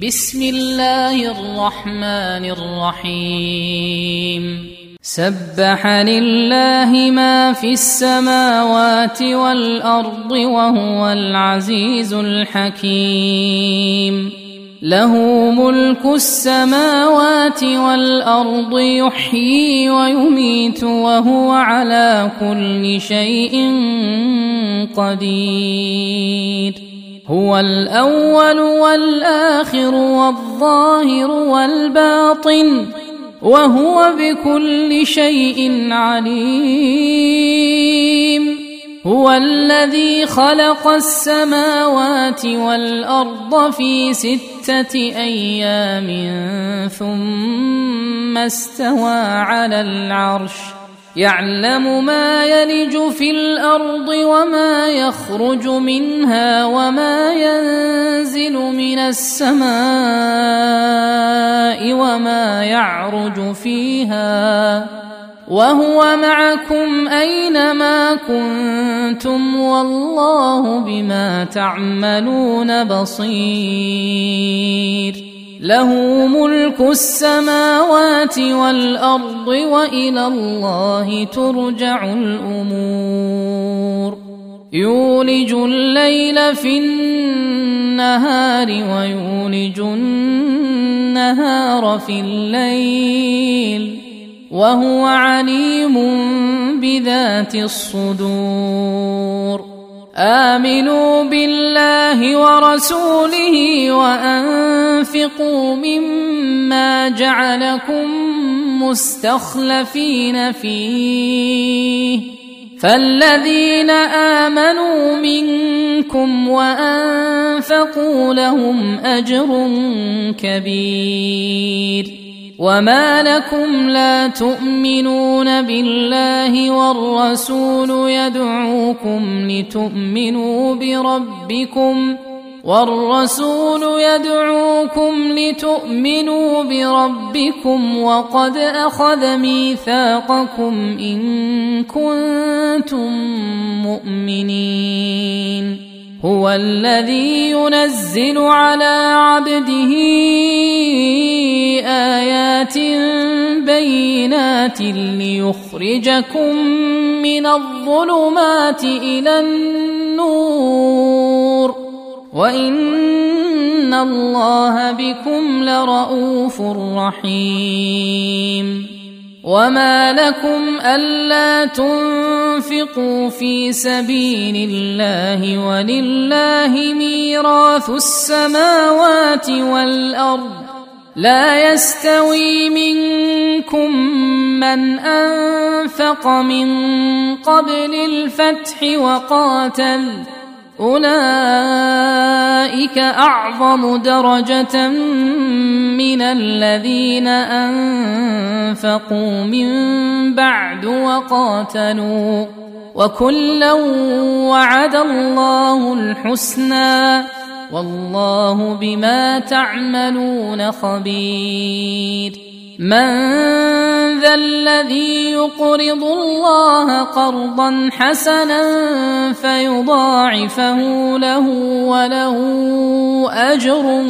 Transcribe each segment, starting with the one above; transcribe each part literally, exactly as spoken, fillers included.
بسم الله الرحمن الرحيم سبح لله ما في السماوات والأرض وهو العزيز الحكيم له ملك السماوات والأرض يحيي ويميت وهو على كل شيء قدير هو الأول والآخر والظاهر والباطن وهو بكل شيء عليم هو الذي خلق السماوات والأرض في ستة أيام ثم استوى على العرش يعلم ما يلج في الأرض وما يخرج منها وما ينزل من السماء وما يعرج فيها وهو معكم أينما كنتم والله بما تعملون بصير له ملك السماوات والأرض وإلى الله ترجع الأمور يولج الليل في النهار ويولج النهار في الليل وهو عليم بذات الصدور آمنوا بالله ورسوله وأنفقوا مما جعلكم مستخلفين فيه فالذين آمنوا منكم وأنفقوا لهم أجر كبير وما لكم لا تؤمنون بالله والرسول يدعوكم لتؤمنوا بربكم والرسول يدعوكم لتؤمنوا بربكم وقد أخذ ميثاقكم إن كنتم مؤمنين هو الذي ينزل على عبده آيات بينات ليخرجكم من الظلمات إلى النور وإن الله بكم لرءوف رحيم وما لكم ألا تنفقوا في سبيل الله ولله ميراث السماوات والأرض لا يستوي منكم من أنفق من قبل الفتح وقاتل أولئك أعظم درجة من الذين أنفقوا من بعد وقاتلوا وكلا وعد الله الحسنى والله بما تعملون خبير من ذا الذي يقرض الله قرضا حسنا فيضاعفه له وله أجر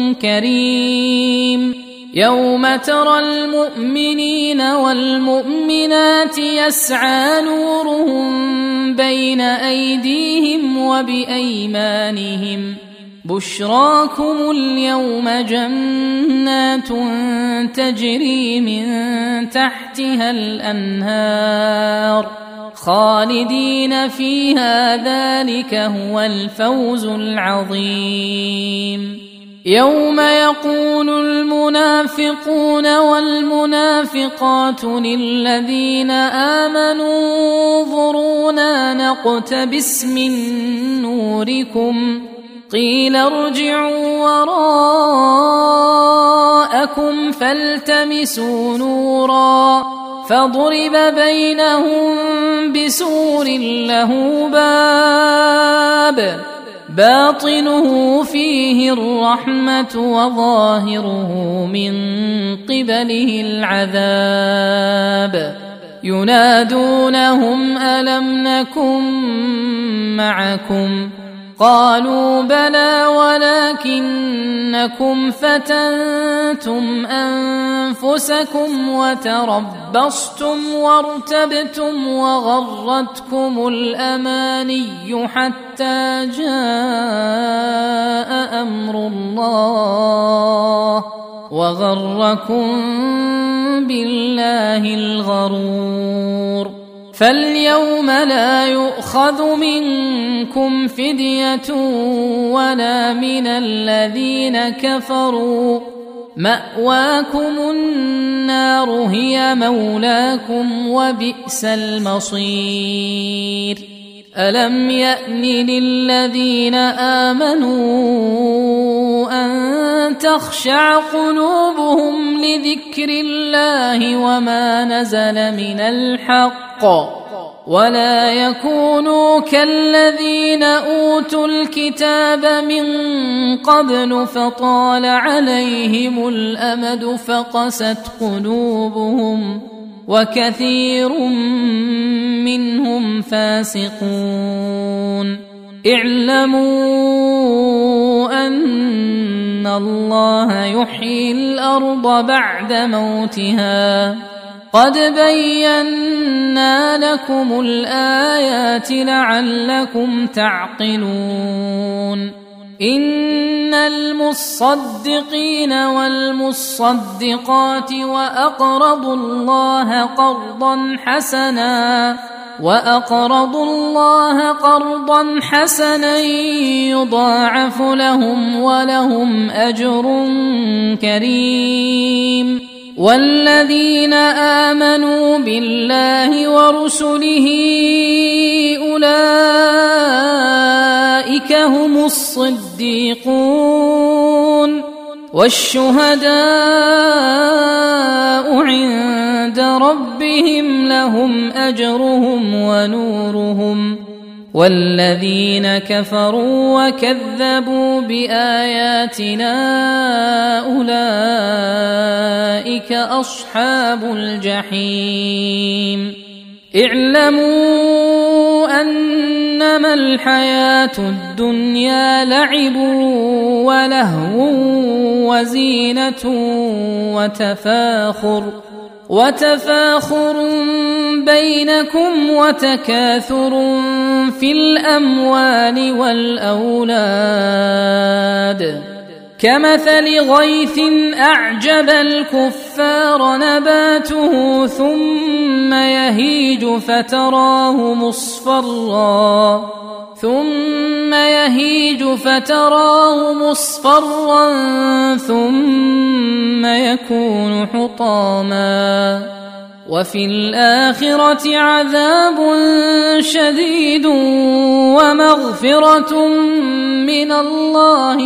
كريم يوم ترى المؤمنين والمؤمنات يسعى نورهم بين أيديهم وبأيمانهم بشراكم اليوم جنات تجري من تحتها الأنهار خالدين فيها ذلك هو الفوز العظيم يوم يقول المنافقون والمنافقات للذين آمنوا انظرونا نقتبس من نوركم قيل ارجعوا وراءكم فالتمسوا نورا فضرب بينهم بسور له باب باطنه فيه الرحمة وظاهره من قبله العذاب ينادونهم ألم نكن معكم قالوا بلى ولكنكم فتنتم أنفسكم وتربصتم وارتبتم وغرتكم الأماني حتى جاء أمر الله وغركم بالله الغرور. فاليوم لا يؤخذ منكم فدية ولا من الذين كفروا، مأواكم النار هي مولاكم وبئس المصير. ألم يأن للذين آمنوا أن تخشع قلوبهم لذكر الله وما نزل من الحق ولا يكونوا كالذين أوتوا الكتاب من قبل فطال عليهم الأمد فقست قلوبهم وكثير منهم فاسقون. اعلموا أن الله يحيي الأرض بعد موتها قد بينا لكم الآيات لعلكم تعقلون. إن المصدقين والمصدقات وأقرضوا الله قرضا حسنا وأقرضوا الله قرضا حسنا يضاعف لهم ولهم أجر كريم. والذين آمنوا بالله ورسله أولئك هم الصديقون والشهداء عند ربهم لهم أجرهم ونورهم. والذين كفروا وكذبوا بآياتنا أولئك أصحاب الجحيم. اعلموا أنما الحياة الدنيا لعب ولهو وزينة وتفاخر وتفاخر بينكم وتكاثر في الأموال والأولاد كمثل غيث أعجب الكفار نباته ثم يهيج فتراه مصفرا ثم يهيج فتراه مصفرا ثم يكون حطاما وفي الآخرة عذاب شديد ومغفرة من الله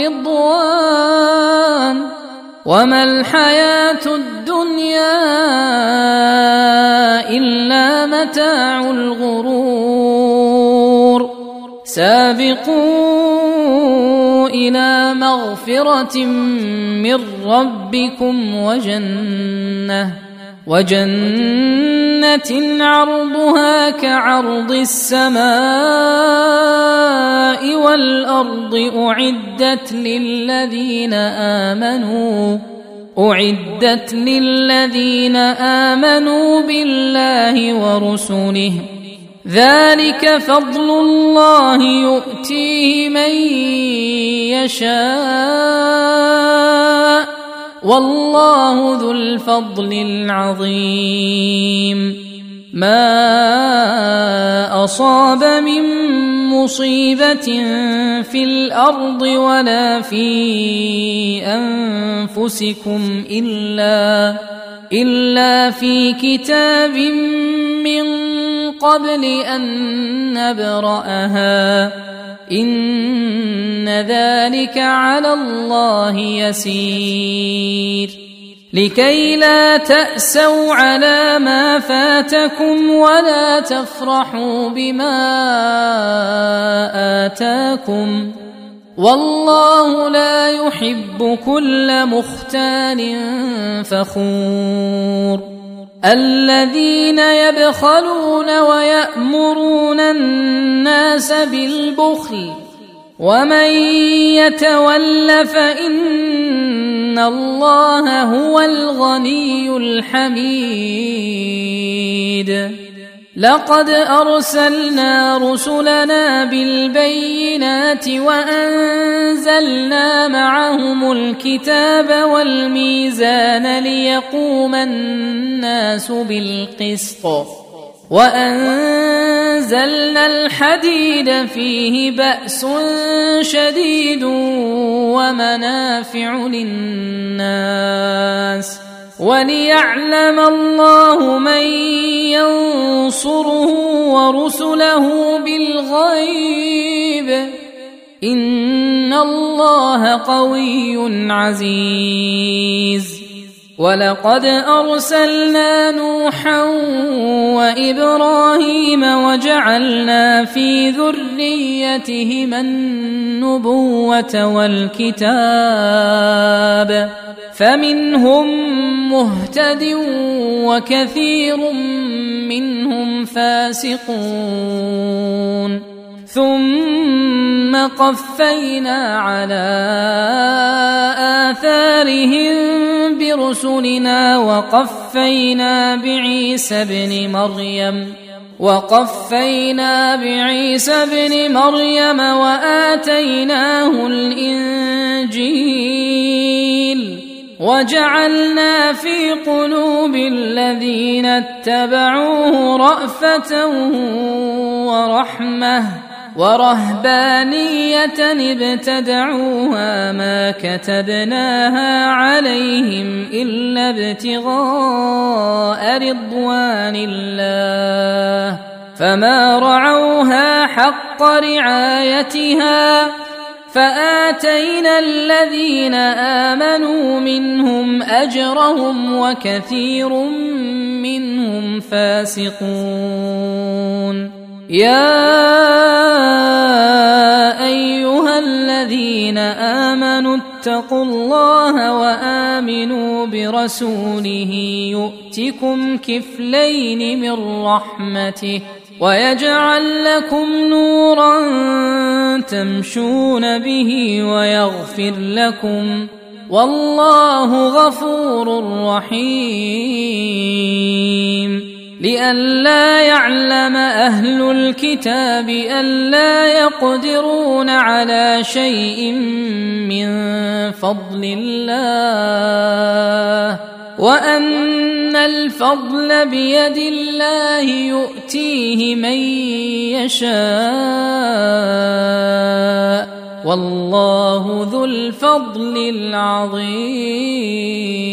ورضوان وما الحياة الدنيا إلا متاع الغرور. سابقوا إلى مغفرة من ربكم وجنة وجنة عرضها كعرض السماء والأرض أعدت للذين آمنوا أعدت للذين آمنوا بالله ورسله ذلك فضل الله يؤتيه من يشاء والله ذو الفضل العظيم. ما أصاب من مصيبة في الأرض ولا في أنفسكم إلا إلا في كتاب من قبل أن نبرأها إن ذلك على الله يسير. لكي لا تأسوا على ما فاتكم ولا تفرحوا بما آتاكم والله لا يحب كل مختال فخور. الذين يبخلون ويأمرون الناس بالبخل ومن يتول فإن الله هو الغني الحميد. لقد أرسلنا رسلنا بالبينات وأنزلنا معهم الكتاب والميزان ليقوم الناس بالقسط وأنزلنا الحديد فيه بأس شديد ومنافع للناس وليعلم الله من ينصره ورسله بالغيب إن الله قوي عزيز. ولقد أرسلنا نوحا وإبراهيم وجعلنا في ذريتهما النبوة والكتاب فمنهم مهتد وكثير منهم فاسقون. ثم قفينا على آثارهم برسلنا وقفينا بعيسى بن مريم وقفينا بعيسى بن مريم وآتيناه الإنجيل وجعلنا في قلوب الذين اتبعوه رأفة ورحمة ورهبانية ابتدعوها ما كتبناها عليهم إلا ابتغاء رضوان الله فما رعوها حق رعايتها فآتينا الذين آمنوا منهم أجرهم وكثير منهم فاسقون. يا أيها الذين آمنوا اتقوا الله وآمنوا برسوله يؤتكم كفلين من رحمته ويجعل لكم نورا تمشون به ويغفر لكم والله غفور رحيم. لئلا يعلم أهل الكتاب ألا يقدرون على شيء من فضل الله وأن الفضل بيد الله يؤتيه من يشاء والله ذو الفضل العظيم.